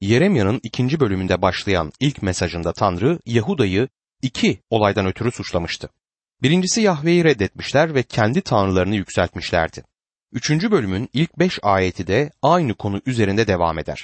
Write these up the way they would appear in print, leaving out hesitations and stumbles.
Yeremya'nın 2. bölümünde başlayan ilk mesajında Tanrı, Yahuda'yı 2 olaydan ötürü suçlamıştı. Birincisi, Yahve'yi reddetmişler ve kendi tanrılarını yükseltmişlerdi. 3. bölümün ilk 5 ayeti de aynı konu üzerinde devam eder.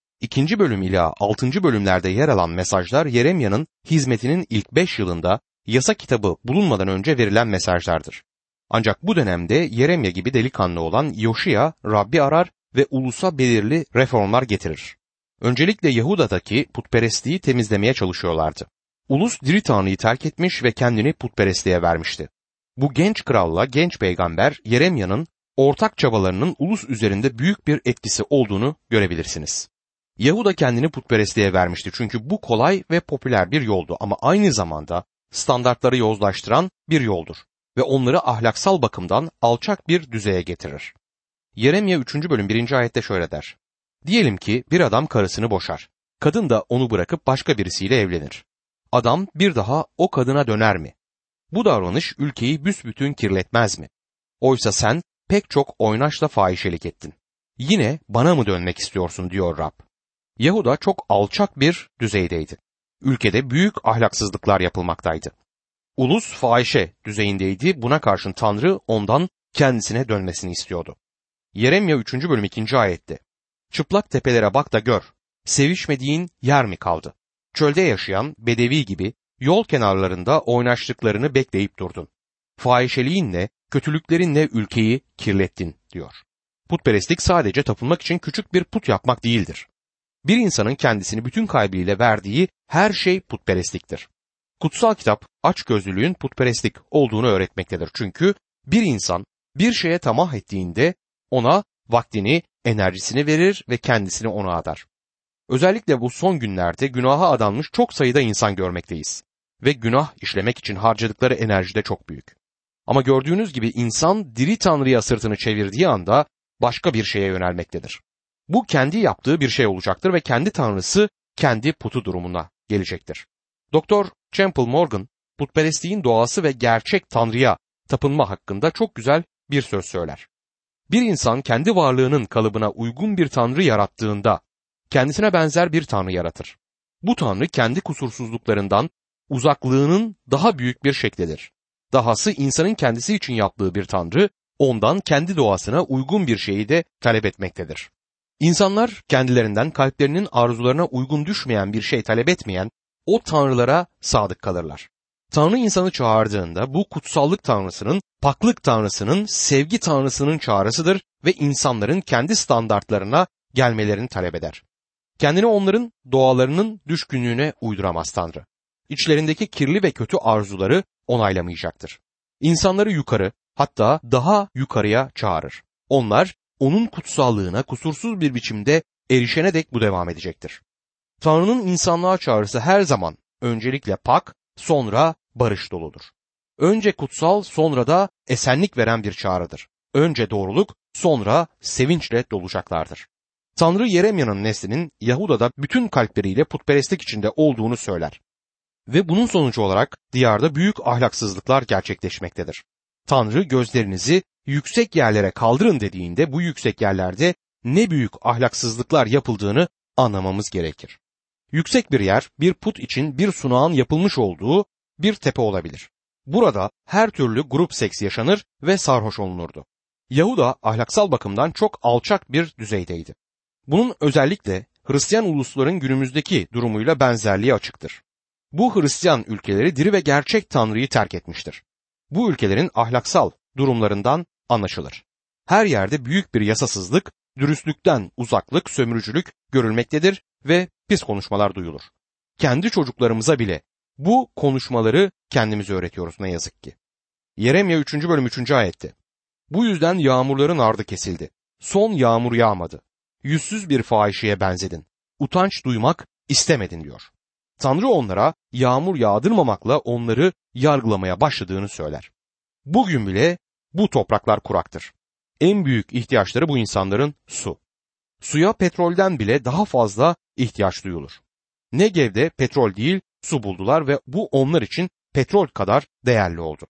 2. bölüm ile 6. bölümlerde yer alan mesajlar Yeremya'nın hizmetinin ilk 5 yılında yasa kitabı bulunmadan önce verilen mesajlardır. Ancak bu dönemde Yeremya gibi delikanlı olan Yoşiya Rabbi arar ve ulusa belirli reformlar getirir. Öncelikle Yahuda'daki putperestliği temizlemeye çalışıyorlardı. Ulus diri Tanrı'yı terk etmiş ve kendini putperestliğe vermişti. Bu genç kralla genç peygamber Yeremya'nın ortak çabalarının ulus üzerinde büyük bir etkisi olduğunu görebilirsiniz. Yahuda kendini putperestliğe vermişti çünkü bu kolay ve popüler bir yoldu ama aynı zamanda standartları yozlaştıran bir yoldur ve onları ahlaksal bakımdan alçak bir düzeye getirir. Yeremya 3. bölüm 1. ayette şöyle der: Diyelim ki bir adam karısını boşar. Kadın da onu bırakıp başka birisiyle evlenir. Adam bir daha o kadına döner mi? Bu davranış ülkeyi büsbütün kirletmez mi? Oysa sen pek çok oynaşla fahişelik ettin. Yine bana mı dönmek istiyorsun diyor Rab. Yahuda çok alçak bir düzeydeydi. Ülkede büyük ahlaksızlıklar yapılmaktaydı. Ulus fahişe düzeyindeydi, buna karşın Tanrı ondan kendisine dönmesini istiyordu. Yeremya 3. bölüm 2. ayette: Çıplak tepelere bak da gör, sevişmediğin yer mi kaldı? Çölde yaşayan bedevi gibi yol kenarlarında oynaştıklarını bekleyip durdun. Fahişeliğinle, kötülüklerinle ülkeyi kirlettin diyor. Putperestlik sadece tapınmak için küçük bir put yapmak değildir. Bir insanın kendisini bütün kalbiyle verdiği her şey putperestliktir. Kutsal kitap açgözlülüğün putperestlik olduğunu öğretmektedir. Çünkü bir insan bir şeye tamah ettiğinde ona vaktini, enerjisini verir ve kendisini ona adar. Özellikle bu son günlerde günaha adanmış çok sayıda insan görmekteyiz. Ve günah işlemek için harcadıkları enerji de çok büyük. Ama gördüğünüz gibi insan diri Tanrı'ya sırtını çevirdiği anda başka bir şeye yönelmektedir. Bu kendi yaptığı bir şey olacaktır ve kendi tanrısı kendi putu durumuna gelecektir. Dr. Campbell Morgan, putperestliğin doğası ve gerçek Tanrı'ya tapınma hakkında çok güzel bir söz söyler. Bir insan kendi varlığının kalıbına uygun bir Tanrı yarattığında kendisine benzer bir Tanrı yaratır. Bu Tanrı kendi kusursuzluklarından uzaklığının daha büyük bir şeklidir. Dahası insanın kendisi için yaptığı bir Tanrı ondan kendi doğasına uygun bir şeyi de talep etmektedir. İnsanlar kendilerinden kalplerinin arzularına uygun düşmeyen bir şey talep etmeyen o tanrılara sadık kalırlar. Tanrı insanı çağırdığında bu kutsallık tanrısının, paklık tanrısının, sevgi tanrısının çağrısıdır ve insanların kendi standartlarına gelmelerini talep eder. Kendini onların doğalarının düşkünlüğüne uyduramaz Tanrı. İçlerindeki kirli ve kötü arzuları onaylamayacaktır. İnsanları yukarı, hatta daha yukarıya çağırır. Onlar onun kutsallığına kusursuz bir biçimde erişene dek bu devam edecektir. Tanrı'nın insanlığa çağrısı her zaman öncelikle pak, sonra barış doludur. Önce kutsal, sonra da esenlik veren bir çağrıdır. Önce doğruluk, sonra sevinçle dolacaklardır. Tanrı Yeremya'nın neslinin Yahuda'da bütün kalpleriyle putperestlik içinde olduğunu söyler. Ve bunun sonucu olarak diyarda büyük ahlaksızlıklar gerçekleşmektedir. Tanrı gözlerinizi yüksek yerlere kaldırın dediğinde bu yüksek yerlerde ne büyük ahlaksızlıklar yapıldığını anlamamız gerekir. Yüksek bir yer bir put için bir sunağın yapılmış olduğu bir tepe olabilir. Burada her türlü grup seks yaşanır ve sarhoş olunurdu. Yahuda ahlaksal bakımdan çok alçak bir düzeydeydi. Bunun özellikle Hristiyan ulusların günümüzdeki durumuyla benzerliği açıktır. Bu Hristiyan ülkeleri diri ve gerçek Tanrı'yı terk etmiştir. Bu ülkelerin ahlaksal durumlarından anlaşılır. Her yerde büyük bir yasasızlık, dürüstlükten uzaklık, sömürücülük görülmektedir ve pis konuşmalar duyulur. Kendi çocuklarımıza bile bu konuşmaları kendimiz öğretiyoruz ne yazık ki. Yeremya 3. bölüm 3. ayette: Bu yüzden yağmurların ardı kesildi. Son yağmur yağmadı. Yüzsüz bir fahişeye benzedin. Utanç duymak istemedin diyor. Tanrı onlara yağmur yağdırmamakla onları yargılamaya başladığını söyler. Bugün bile bu topraklar kuraktır. En büyük ihtiyaçları bu insanların su. Suya petrolden bile daha fazla ihtiyaç duyulur. Negev'de petrol değil su buldular ve bu onlar için petrol kadar değerli oldu.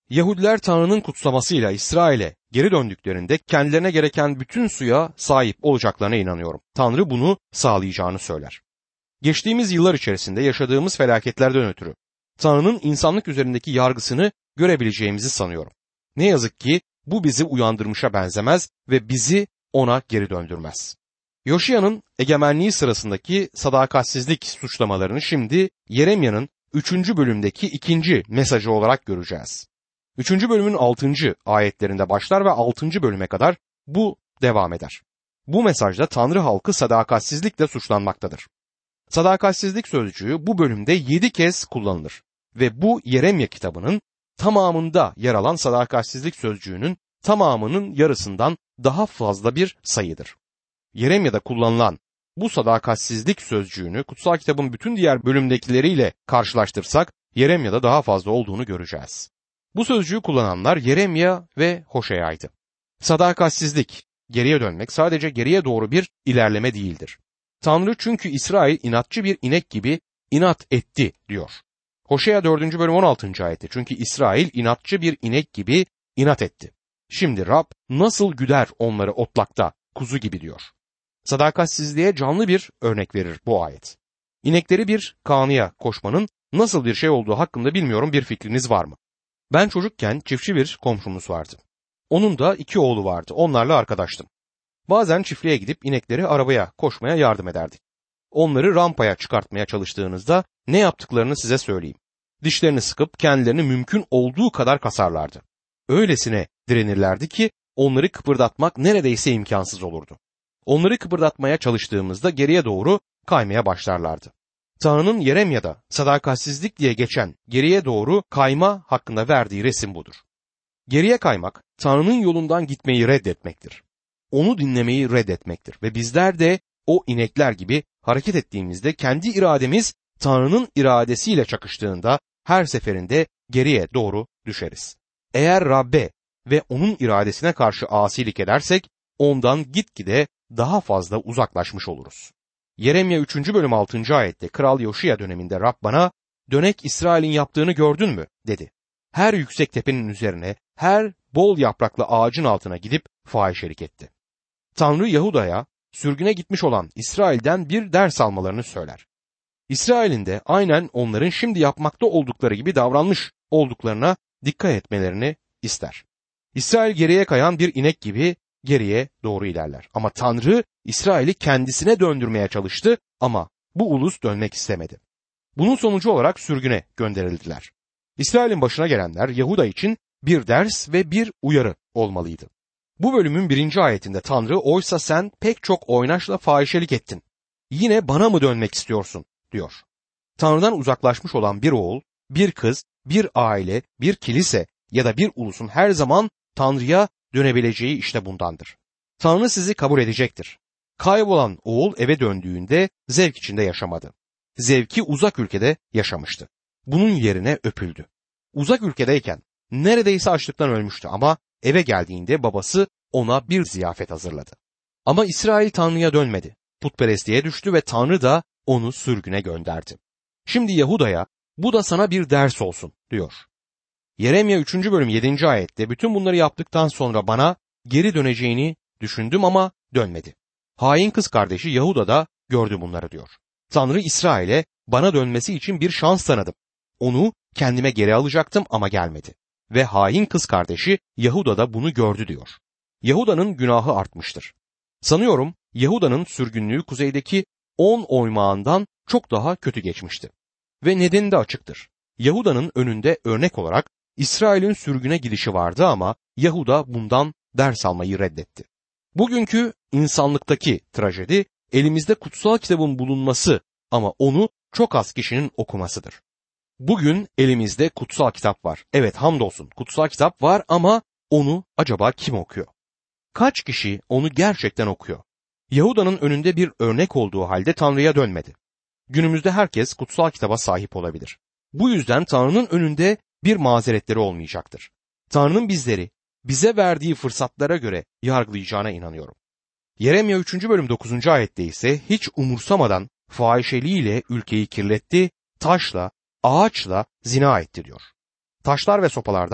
Yahudiler Tanrı'nın kutsamasıyla İsrail'e geri döndüklerinde kendilerine gereken bütün suya sahip olacaklarına inanıyorum. Tanrı bunu sağlayacağını söyler. Geçtiğimiz yıllar içerisinde yaşadığımız felaketlerden ötürü Tanrı'nın insanlık üzerindeki yargısını görebileceğimizi sanıyorum. Ne yazık ki bu bizi uyandırmışa benzemez ve bizi ona geri döndürmez. Yoşiya'nın egemenliği sırasındaki sadakatsizlik suçlamalarını şimdi Yeremya'nın 3. bölümdeki 2. mesajı olarak göreceğiz. 3. bölümün 6. ayetlerinde başlar ve 6. bölüme kadar bu devam eder. Bu mesajda Tanrı halkı sadakatsizlikle suçlanmaktadır. Sadakatsizlik sözcüğü bu bölümde 7 kez kullanılır ve bu Yeremya kitabının tamamında yer alan sadakatsizlik sözcüğünün tamamının yarısından daha fazla bir sayıdır. Yeremya'da kullanılan bu sadakatsizlik sözcüğünü kutsal kitabın bütün diğer bölümdekileriyle karşılaştırsak Yeremya'da daha fazla olduğunu göreceğiz. Bu sözcüğü kullananlar Yeremya ve Hoşeya'ydı. Sadakatsizlik, geriye dönmek sadece geriye doğru bir ilerleme değildir. Tanrı çünkü İsrail inatçı bir inek gibi inat etti diyor. Hoşea 4. bölüm 16. ayette çünkü İsrail inatçı bir inek gibi inat etti. Şimdi Rab nasıl güder onları otlakta kuzu gibi diyor. Sadakatsizliğe canlı bir örnek verir bu ayet. İnekleri bir kanıya koşmanın nasıl bir şey olduğu hakkında bilmiyorum, bir fikriniz var mı? Ben çocukken çiftçi bir komşumuz vardı. Onun da 2 oğlu vardı. Onlarla arkadaştım. Bazen çiftliğe gidip inekleri arabaya koşmaya yardım ederdik. Onları rampaya çıkartmaya çalıştığınızda ne yaptıklarını size söyleyeyim. Dişlerini sıkıp kendilerini mümkün olduğu kadar kasarlardı. Öylesine direnirlerdi ki onları kıpırdatmak neredeyse imkansız olurdu. Onları kıpırdatmaya çalıştığımızda geriye doğru kaymaya başlarlardı. Tanrı'nın Yeremya'da sadakatsizlik diye geçen geriye doğru kayma hakkında verdiği resim budur. Geriye kaymak, Tanrı'nın yolundan gitmeyi reddetmektir. Onu dinlemeyi reddetmektir ve bizler de o inekler gibi hareket ettiğimizde kendi irademiz Tanrı'nın iradesiyle çakıştığında her seferinde geriye doğru düşeriz. Eğer Rabbe ve onun iradesine karşı asilik edersek ondan gitgide daha fazla uzaklaşmış oluruz. Yeremya 3. bölüm 6. ayette Kral Yoşiya döneminde Rab bana dönek İsrail'in yaptığını gördün mü dedi. Her yüksek tepenin üzerine, her bol yapraklı ağacın altına gidip fahişelik etti. Tanrı Yahuda'ya sürgüne gitmiş olan İsrail'den bir ders almalarını söyler. İsrail'in de aynen onların şimdi yapmakta oldukları gibi davranmış olduklarına dikkat etmelerini ister. İsrail geriye kayan bir inek gibi geriye doğru ilerler. Ama Tanrı İsrail'i kendisine döndürmeye çalıştı ama bu ulus dönmek istemedi. Bunun sonucu olarak sürgüne gönderildiler. İsrail'in başına gelenler Yahuda için bir ders ve bir uyarı olmalıydı. Bu bölümün 1. ayetinde Tanrı oysa sen pek çok oynaşla fahişelik ettin. Yine bana mı dönmek istiyorsun diyor. Tanrı'dan uzaklaşmış olan bir oğul, bir kız, bir aile, bir kilise ya da bir ulusun her zaman Tanrı'ya dönebileceği işte bundandır. Tanrı sizi kabul edecektir. Kaybolan oğul eve döndüğünde zevk içinde yaşamadı. Zevki uzak ülkede yaşamıştı. Bunun yerine öpüldü. Uzak ülkedeyken neredeyse açlıktan ölmüştü ama eve geldiğinde babası ona bir ziyafet hazırladı. Ama İsrail Tanrı'ya dönmedi. Putperestliğe düştü ve Tanrı da onu sürgüne gönderdi. Şimdi Yahuda'ya bu da sana bir ders olsun diyor. Yeremya 3. bölüm 7. ayette bütün bunları yaptıktan sonra bana geri döneceğini düşündüm ama dönmedi. Hain kız kardeşi Yahuda da gördü bunları diyor. Tanrı İsrail'e bana dönmesi için bir şans tanıdım. Onu kendime geri alacaktım ama gelmedi. Ve hain kız kardeşi Yahuda da bunu gördü diyor. Yahuda'nın günahı artmıştır. Sanıyorum Yahuda'nın sürgünlüğü kuzeydeki 10 oymağından çok daha kötü geçmişti. Ve nedeni de açıktır. Yahuda'nın önünde örnek olarak İsrail'in sürgüne gidişi vardı ama Yahuda bundan ders almayı reddetti. Bugünkü insanlıktaki trajedi elimizde kutsal kitabın bulunması ama onu çok az kişinin okumasıdır. Bugün elimizde kutsal kitap var. Evet, hamdolsun kutsal kitap var ama onu acaba kim okuyor? Kaç kişi onu gerçekten okuyor? Yahuda'nın önünde bir örnek olduğu halde Tanrı'ya dönmedi. Günümüzde herkes kutsal kitaba sahip olabilir. Bu yüzden Tanrı'nın önünde bir mazeretleri olmayacaktır. Tanrı'nın bizleri bize verdiği fırsatlara göre yargılayacağına inanıyorum. Yeremya 3. bölüm 9. ayette ise hiç umursamadan fahişeliğiyle ülkeyi kirletti, taşla, ağaçla zina etti diyor. Taşlar ve sopalardan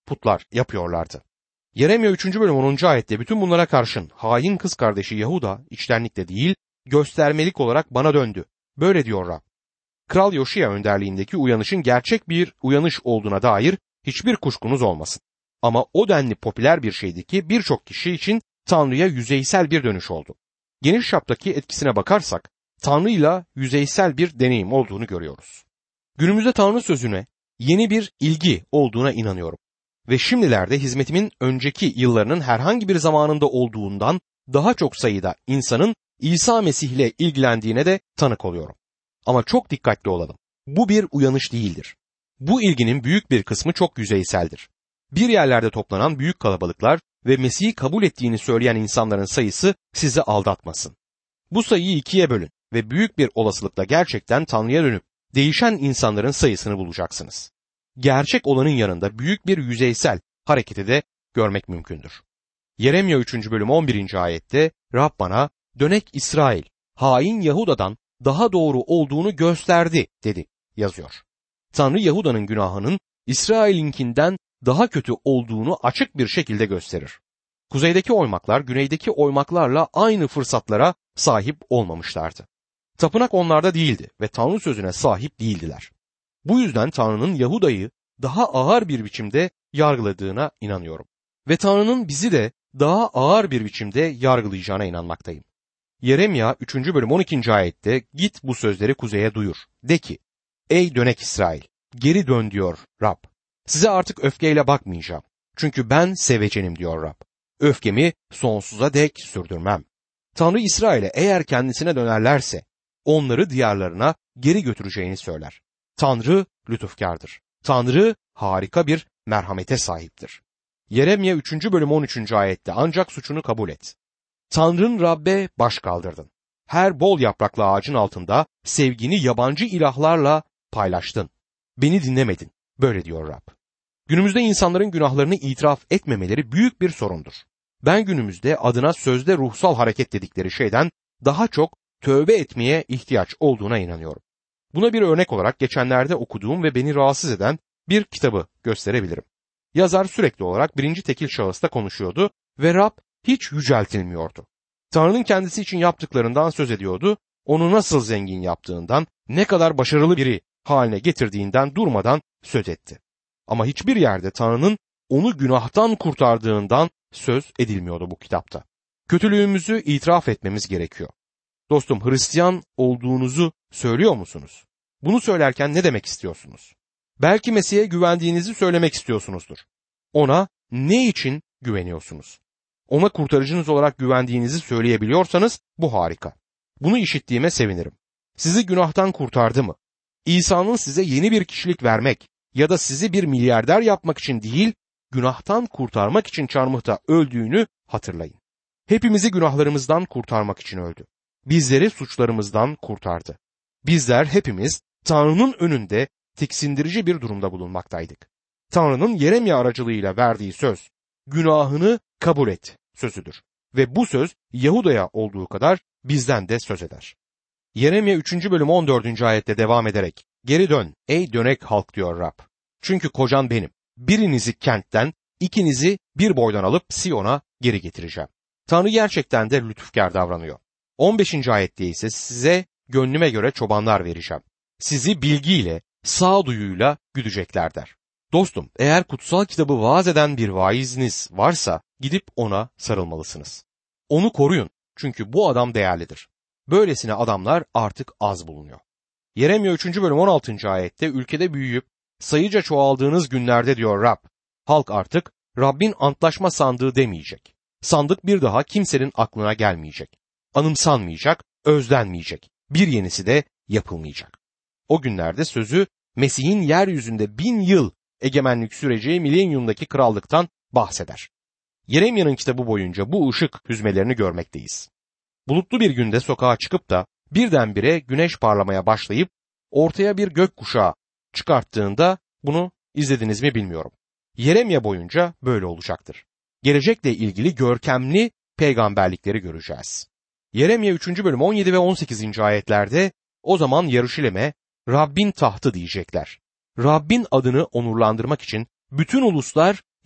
putlar yapıyorlardı. Yeremya 3. bölüm 10. ayette bütün bunlara karşın hain kız kardeşi Yahuda içtenlikle değil göstermelik olarak bana döndü. Böyle diyor Rab. Kral Yoşiya önderliğindeki uyanışın gerçek bir uyanış olduğuna dair hiçbir kuşkunuz olmasın. Ama o denli popüler bir şeydi ki birçok kişi için Tanrı'ya yüzeysel bir dönüş oldu. Geniş çaptaki etkisine bakarsak Tanrı'yla yüzeysel bir deneyim olduğunu görüyoruz. Günümüzde Tanrı sözüne yeni bir ilgi olduğuna inanıyorum. Ve şimdilerde hizmetimin önceki yıllarının herhangi bir zamanında olduğundan daha çok sayıda insanın İsa Mesih ile ilgilendiğine de tanık oluyorum. Ama çok dikkatli olalım. Bu bir uyanış değildir. Bu ilginin büyük bir kısmı çok yüzeyseldir. Bir yerlerde toplanan büyük kalabalıklar ve Mesih'i kabul ettiğini söyleyen insanların sayısı sizi aldatmasın. Bu sayıyı ikiye bölün ve büyük bir olasılıkla gerçekten Tanrı'ya dönüp değişen insanların sayısını bulacaksınız. Gerçek olanın yanında büyük bir yüzeysel hareketi de görmek mümkündür. Yeremya 3. bölüm 11. ayette Rab bana dönek İsrail, hain Yahuda'dan daha doğru olduğunu gösterdi dedi yazıyor. Tanrı Yahuda'nın günahının İsrail'inkinden daha kötü olduğunu açık bir şekilde gösterir. Kuzeydeki oymaklar güneydeki oymaklarla aynı fırsatlara sahip olmamışlardı. Tapınak onlarda değildi ve Tanrı sözüne sahip değildiler. Bu yüzden Tanrı'nın Yahuda'yı daha ağır bir biçimde yargıladığına inanıyorum. Ve Tanrı'nın bizi de daha ağır bir biçimde yargılayacağına inanmaktayım. Yeremya 3. bölüm 12. ayette git bu sözleri kuzeye duyur. De ki, ey dönek İsrail, geri dön diyor Rab. Size artık öfkeyle bakmayacağım. Çünkü ben sevecenim diyor Rab. Öfkemi sonsuza dek sürdürmem. Tanrı İsrail'e eğer kendisine dönerlerse onları diyarlarına geri götüreceğini söyler. Tanrı lütufkardır. Tanrı harika bir merhamete sahiptir. Yeremya 3. bölüm 13. ayette ancak suçunu kabul et. Tanrın Rab'be baş kaldırdın. Her bol yapraklı ağacın altında sevgini yabancı ilahlarla paylaştın. Beni dinlemedin. Böyle diyor Rab. Günümüzde insanların günahlarını itiraf etmemeleri büyük bir sorundur. Ben günümüzde adına sözde ruhsal hareket dedikleri şeyden daha çok tövbe etmeye ihtiyaç olduğuna inanıyorum. Buna bir örnek olarak geçenlerde okuduğum ve beni rahatsız eden bir kitabı gösterebilirim. Yazar sürekli olarak birinci tekil şahısta konuşuyordu ve Rab hiç yüceltilmiyordu. Tanrı'nın kendisi için yaptıklarından söz ediyordu, onu nasıl zengin yaptığından, ne kadar başarılı biri haline getirdiğinden durmadan söz etti. Ama hiçbir yerde Tanrı'nın onu günahtan kurtardığından söz edilmiyordu bu kitapta. Kötülüğümüzü itiraf etmemiz gerekiyor. Dostum, Hristiyan olduğunuzu söylüyor musunuz? Bunu söylerken ne demek istiyorsunuz? Belki Mesih'e güvendiğinizi söylemek istiyorsunuzdur. Ona ne için güveniyorsunuz? Ona kurtarıcınız olarak güvendiğinizi söyleyebiliyorsanız bu harika. Bunu işittiğime sevinirim. Sizi günahtan kurtardı mı? İsa'nın size yeni bir kişilik vermek ya da sizi bir milyarder yapmak için değil, günahtan kurtarmak için çarmıhta öldüğünü hatırlayın. Hepimizi günahlarımızdan kurtarmak için öldü. Bizleri suçlarımızdan kurtardı. Bizler hepimiz Tanrı'nın önünde tiksindirici bir durumda bulunmaktaydık. Tanrı'nın Yeremya aracılığıyla verdiği söz, günahını kabul et sözüdür. Ve bu söz Yahuda'ya olduğu kadar bizden de söz eder. Yeremya 3. bölüm 14. ayette devam ederek, geri dön ey dönek halk diyor Rab. Çünkü kocan benim. Birinizi kentten, ikinizi bir boydan alıp Siyon'a geri getireceğim. Tanrı gerçekten de lütufkar davranıyor. 15. ayette ise size gönlüme göre çobanlar vereceğim. Sizi bilgiyle, sağduyuyla güdecekler der. Dostum, eğer kutsal kitabı vaaz eden bir vaiziniz varsa gidip ona sarılmalısınız. Onu koruyun çünkü bu adam değerlidir. Böylesine adamlar artık az bulunuyor. Yeremya 3. bölüm 16. ayette ülkede büyüyüp sayıca çoğaldığınız günlerde diyor Rab, halk artık Rabbin antlaşma sandığı demeyecek. Sandık bir daha kimsenin aklına gelmeyecek. Anımsanmayacak, özlenmeyecek. Bir yenisi de yapılmayacak. O günlerde sözü Mesih'in yeryüzünde 1000 yıl egemenlik süreceği milenyumdaki krallıktan bahseder. Yeremya'nın kitabı boyunca bu ışık hüzmelerini görmekteyiz. Bulutlu bir günde sokağa çıkıp da birdenbire güneş parlamaya başlayıp ortaya bir gökkuşağı çıkarttığında bunu izlediniz mi bilmiyorum. Yeremya boyunca böyle olacaktır. Gelecekle ilgili görkemli peygamberlikleri göreceğiz. Yeremya 3. bölüm 17 ve 18. ayetlerde o zaman Yaruşilim'e Rabbin tahtı diyecekler. Rabbin adını onurlandırmak için bütün uluslar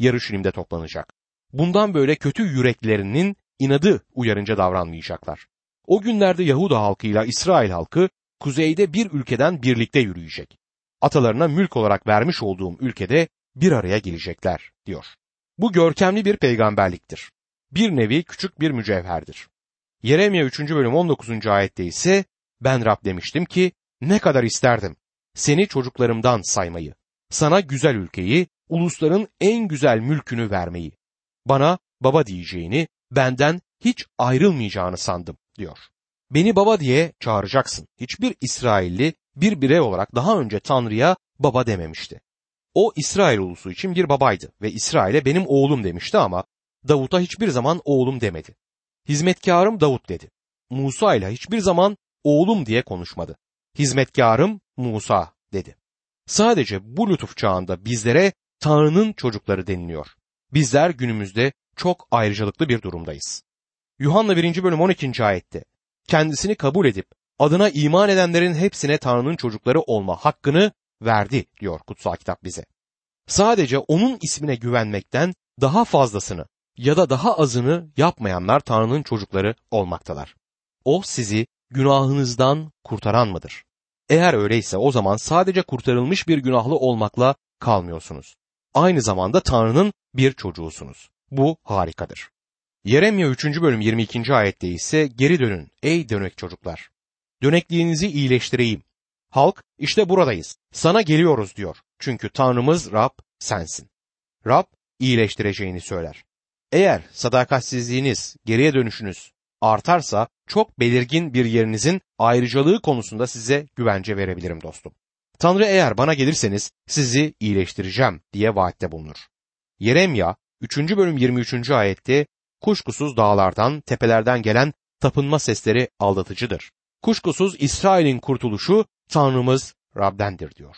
Yarışilim'de toplanacak. Bundan böyle kötü yüreklerinin inadı uyarınca davranmayacaklar. O günlerde Yahuda halkıyla İsrail halkı kuzeyde bir ülkeden birlikte yürüyecek. Atalarına mülk olarak vermiş olduğum ülkede bir araya gelecekler diyor. Bu görkemli bir peygamberliktir. Bir nevi küçük bir mücevherdir. Yeremya 3. bölüm 19. ayette ise ben Rab demiştim ki ne kadar isterdim seni çocuklarımdan saymayı, sana güzel ülkeyi, ulusların en güzel mülkünü vermeyi, bana baba diyeceğini, benden hiç ayrılmayacağını sandım diyor. Beni baba diye çağıracaksın. Hiçbir İsrailli bir birey olarak daha önce Tanrı'ya baba dememişti. O İsrail ulusu için bir babaydı ve İsrail'e benim oğlum demişti ama Davut'a hiçbir zaman oğlum demedi. Hizmetkarım Davut dedi. Musa ile hiçbir zaman oğlum diye konuşmadı. Hizmetkarım Musa dedi. Sadece bu lütuf çağında bizlere Tanrı'nın çocukları deniliyor. Bizler günümüzde çok ayrıcalıklı bir durumdayız. Yuhanna 1. bölüm 12. ayette kendisini kabul edip adına iman edenlerin hepsine Tanrı'nın çocukları olma hakkını verdi diyor kutsal kitap bize. Sadece onun ismine güvenmekten daha fazlasını ya da daha azını yapmayanlar Tanrı'nın çocukları olmaktalar. O sizi günahınızdan kurtaran mıdır? Eğer öyleyse o zaman sadece kurtarılmış bir günahlı olmakla kalmıyorsunuz. Aynı zamanda Tanrı'nın bir çocuğusunuz. Bu harikadır. Yeremya 3. bölüm 22. ayette ise geri dönün ey dönek çocuklar. Dönekliğinizi iyileştireyim. Halk işte buradayız. Sana geliyoruz diyor. Çünkü Tanrımız Rab sensin. Rab iyileştireceğini söyler. Eğer sadakatsizliğiniz, geriye dönüşünüz artarsa çok belirgin bir yerinizin ayrıcalığı konusunda size güvence verebilirim dostum. Tanrı eğer bana gelirseniz sizi iyileştireceğim diye vaatte bulunur. Yeremya 3. bölüm 23. ayette kuşkusuz dağlardan, tepelerden gelen tapınma sesleri aldatıcıdır. Kuşkusuz İsrail'in kurtuluşu Tanrımız Rab'dendir diyor.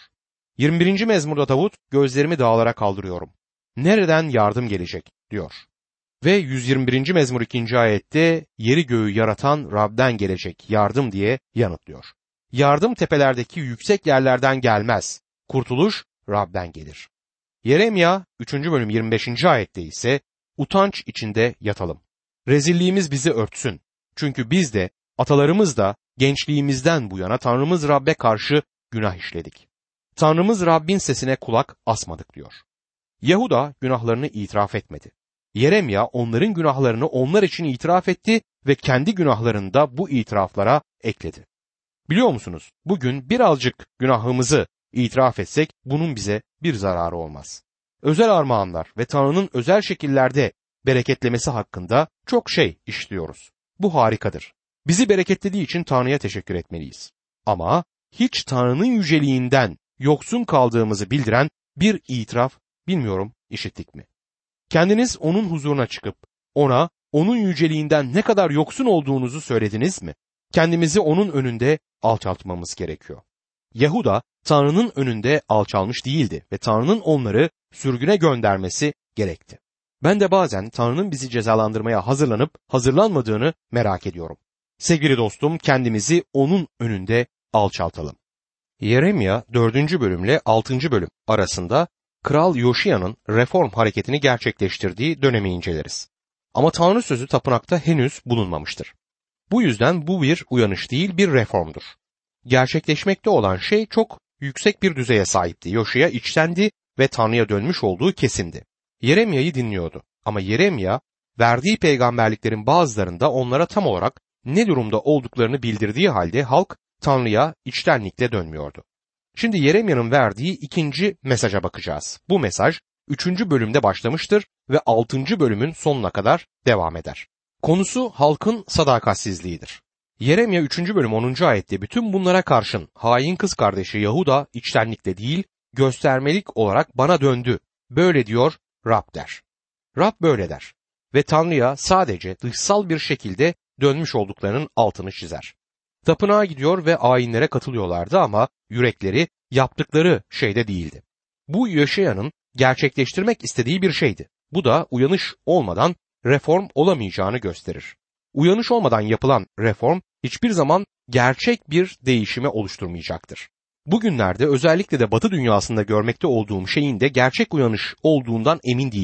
21. mezmurda Davut gözlerimi dağlara kaldırıyorum. Nereden yardım gelecek diyor. Ve 121. mezmur 2. ayette yeri göğü yaratan Rab'den gelecek yardım diye yanıtlıyor. Yardım tepelerdeki yüksek yerlerden gelmez. Kurtuluş Rab'den gelir. Yeremya 3. bölüm 25. ayette ise utanç içinde yatalım. Rezilliğimiz bizi örtsün. Çünkü biz de atalarımız da gençliğimizden bu yana Tanrımız Rab'be karşı günah işledik. Tanrımız Rabbin sesine kulak asmadık diyor. Yahuda günahlarını itiraf etmedi. Yeremya onların günahlarını onlar için itiraf etti ve kendi günahlarını da bu itiraflara ekledi. Biliyor musunuz? Bugün birazcık günahımızı itiraf etsek bunun bize bir zararı olmaz. Özel armağanlar ve Tanrı'nın özel şekillerde bereketlemesi hakkında çok şey işliyoruz. Bu harikadır. Bizi bereketlediği için Tanrı'ya teşekkür etmeliyiz. Ama hiç Tanrı'nın yüceliğinden yoksun kaldığımızı bildiren bir itiraf bilmiyorum işittik mi? Kendiniz onun huzuruna çıkıp ona onun yüceliğinden ne kadar yoksun olduğunuzu söylediniz mi? Kendimizi onun önünde alçaltmamız gerekiyor. Yahuda Tanrı'nın önünde alçalmış değildi ve Tanrı'nın onları sürgüne göndermesi gerekti. Ben de bazen Tanrı'nın bizi cezalandırmaya hazırlanıp hazırlanmadığını merak ediyorum. Sevgili dostum, kendimizi onun önünde alçaltalım. Yeremya 4. bölümle 6. bölüm arasında Kral Yoşiya'nın reform hareketini gerçekleştirdiği dönemi inceleriz. Ama Tanrı sözü tapınakta henüz bulunmamıştır. Bu yüzden bu bir uyanış değil, bir reformdur. Gerçekleşmekte olan şey çok yüksek bir düzeye sahipti. Yoşiya içtendi ve Tanrı'ya dönmüş olduğu kesindi. Yeremya'yı dinliyordu ama Yeremya verdiği peygamberliklerin bazılarında onlara tam olarak ne durumda olduklarını bildirdiği halde halk Tanrı'ya içtenlikle dönmüyordu. Şimdi Yeremya'nın verdiği ikinci mesaja bakacağız. Bu mesaj 3. bölümde başlamıştır ve 6. bölümün sonuna kadar devam eder. Konusu halkın sadakatsizliğidir. Yeremya 3. bölüm 10. ayette bütün bunlara karşın hain kız kardeşi Yahuda içtenlikle değil göstermelik olarak bana döndü. Böyle diyor Rab der. Rab böyle der ve Tanrı'ya sadece dışsal bir şekilde dönmüş olduklarının altını çizer. Tapınağa gidiyor ve ayinlere katılıyorlardı ama yürekleri yaptıkları şeyde değildi. Bu Yoşiya'nın gerçekleştirmek istediği bir şeydi. Bu da uyanış olmadan reform olamayacağını gösterir. Uyanış olmadan yapılan reform hiçbir zaman gerçek bir değişime oluşturmayacaktır. Bugünlerde özellikle de Batı dünyasında görmekte olduğum şeyin de gerçek uyanış olduğundan emin değilim.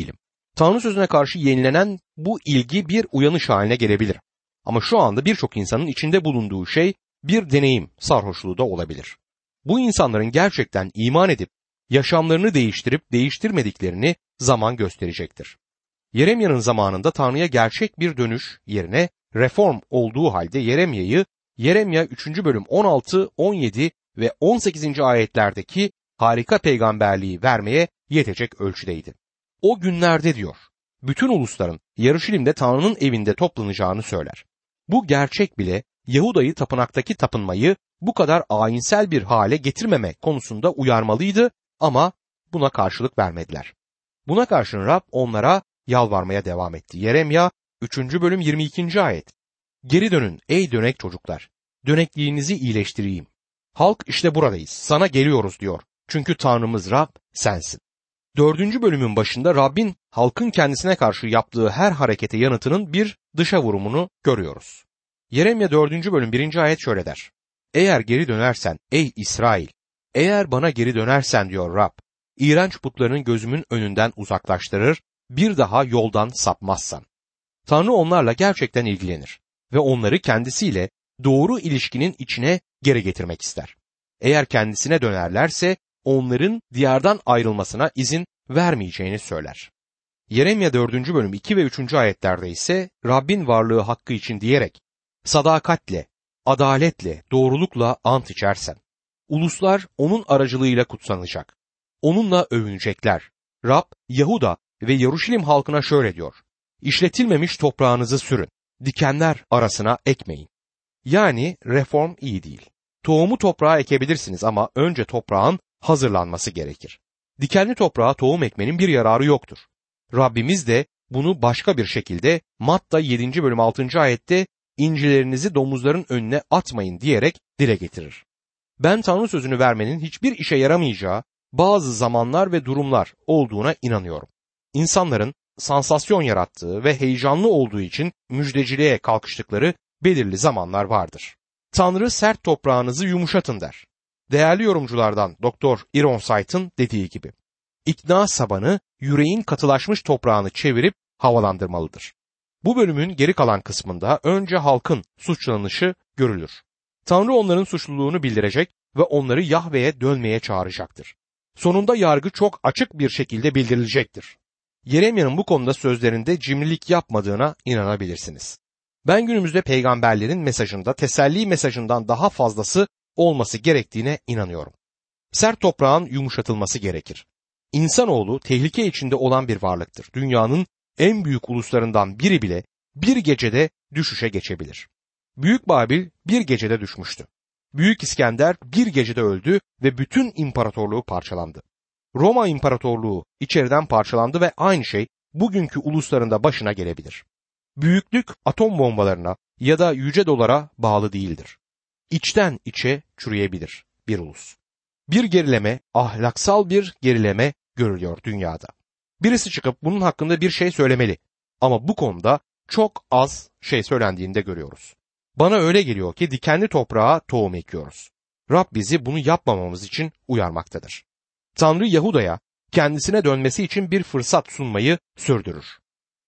Tanrı sözüne karşı yenilenen bu ilgi bir uyanış haline gelebilir. Ama şu anda birçok insanın içinde bulunduğu şey bir deneyim sarhoşluğu da olabilir. Bu insanların gerçekten iman edip yaşamlarını değiştirip değiştirmediklerini zaman gösterecektir. Yeremya'nın zamanında Tanrı'ya gerçek bir dönüş yerine reform olduğu halde Yeremya 3. bölüm 16, 17 ve 18. ayetlerdeki harika peygamberliği vermeye yetecek ölçüdeydi. O günlerde diyor, bütün ulusların Yarışilim'de Tanrı'nın evinde toplanacağını söyler. Bu gerçek bile Yahuda'yı tapınaktaki tapınmayı bu kadar ayinsel bir hale getirmeme konusunda uyarmalıydı ama buna karşılık vermediler. Buna karşın Rab onlara yalvarmaya devam etti. Yeremya 3. bölüm 22. ayet. Geri dönün ey dönek çocuklar, dönekliğinizi iyileştireyim. Halk işte buradayız, sana geliyoruz diyor. Çünkü Tanrımız Rab sensin. 4. bölümün başında Rabbin halkın kendisine karşı yaptığı her harekete yanıtının bir dışa vurumunu görüyoruz. Yeremya 4. bölüm 1. ayet şöyle der. Eğer geri dönersen ey İsrail, eğer bana geri dönersen diyor Rab, iğrenç putlarının gözümün önünden uzaklaştırır, bir daha yoldan sapmazsan. Tanrı onlarla gerçekten ilgilenir ve onları kendisiyle doğru ilişkinin içine geri getirmek ister. Eğer kendisine dönerlerse onların diyardan ayrılmasına izin vermeyeceğini söyler. Yeremya 4. bölüm 2 ve 3. ayetlerde ise Rabbin varlığı hakkı için diyerek sadakatle, adaletle, doğrulukla ant içersen, uluslar onun aracılığıyla kutsanacak. Onunla övünecekler. Rab, Yahuda ve Yaruşilim halkına şöyle diyor. İşletilmemiş toprağınızı sürün, dikenler arasına ekmeyin. Yani reform iyi değil. Tohumu toprağa ekebilirsiniz ama önce toprağın hazırlanması gerekir. Dikenli toprağa tohum ekmenin bir yararı yoktur. Rabbimiz de bunu başka bir şekilde Matta 7. bölüm 6. ayette incilerinizi domuzların önüne atmayın diyerek dile getirir. Ben Tanrı sözünü vermenin hiçbir işe yaramayacağı bazı zamanlar ve durumlar olduğuna inanıyorum. İnsanların sansasyon yarattığı ve heyecanlı olduğu için müjdeciliğe kalkıştıkları belirli zamanlar vardır. Tanrı sert toprağınızı yumuşatın der. Değerli yorumculardan Dr. Ironsight'ın dediği gibi, ikna sabanı yüreğin katılaşmış toprağını çevirip havalandırmalıdır. Bu bölümün geri kalan kısmında önce halkın suçlanışı görülür. Tanrı onların suçluluğunu bildirecek ve onları Yahve'ye dönmeye çağıracaktır. Sonunda yargı çok açık bir şekilde bildirilecektir. Yeremya'nın bu konuda sözlerinde cimrilik yapmadığına inanabilirsiniz. Ben günümüzde peygamberlerin mesajında teselli mesajından daha fazlası olması gerektiğine inanıyorum. Sert toprağın yumuşatılması gerekir. İnsanoğlu tehlike içinde olan bir varlıktır. Dünyanın en büyük uluslarından biri bile bir gecede düşüşe geçebilir. Büyük Babil bir gecede düşmüştü. Büyük İskender bir gecede öldü ve bütün imparatorluğu parçalandı. Roma İmparatorluğu içeriden parçalandı ve aynı şey bugünkü ulusların da başına gelebilir. Büyüklük atom bombalarına ya da yüce dolara bağlı değildir. İçten içe çürüyebilir bir ulus. Bir gerileme, ahlaksal bir gerileme görülüyor dünyada. Birisi çıkıp bunun hakkında bir şey söylemeli ama bu konuda çok az şey söylendiğini de görüyoruz. Bana öyle geliyor ki dikenli toprağa tohum ekiyoruz. Rab bizi bunu yapmamamız için uyarmaktadır. Tanrı Yahuda'ya kendisine dönmesi için bir fırsat sunmayı sürdürür.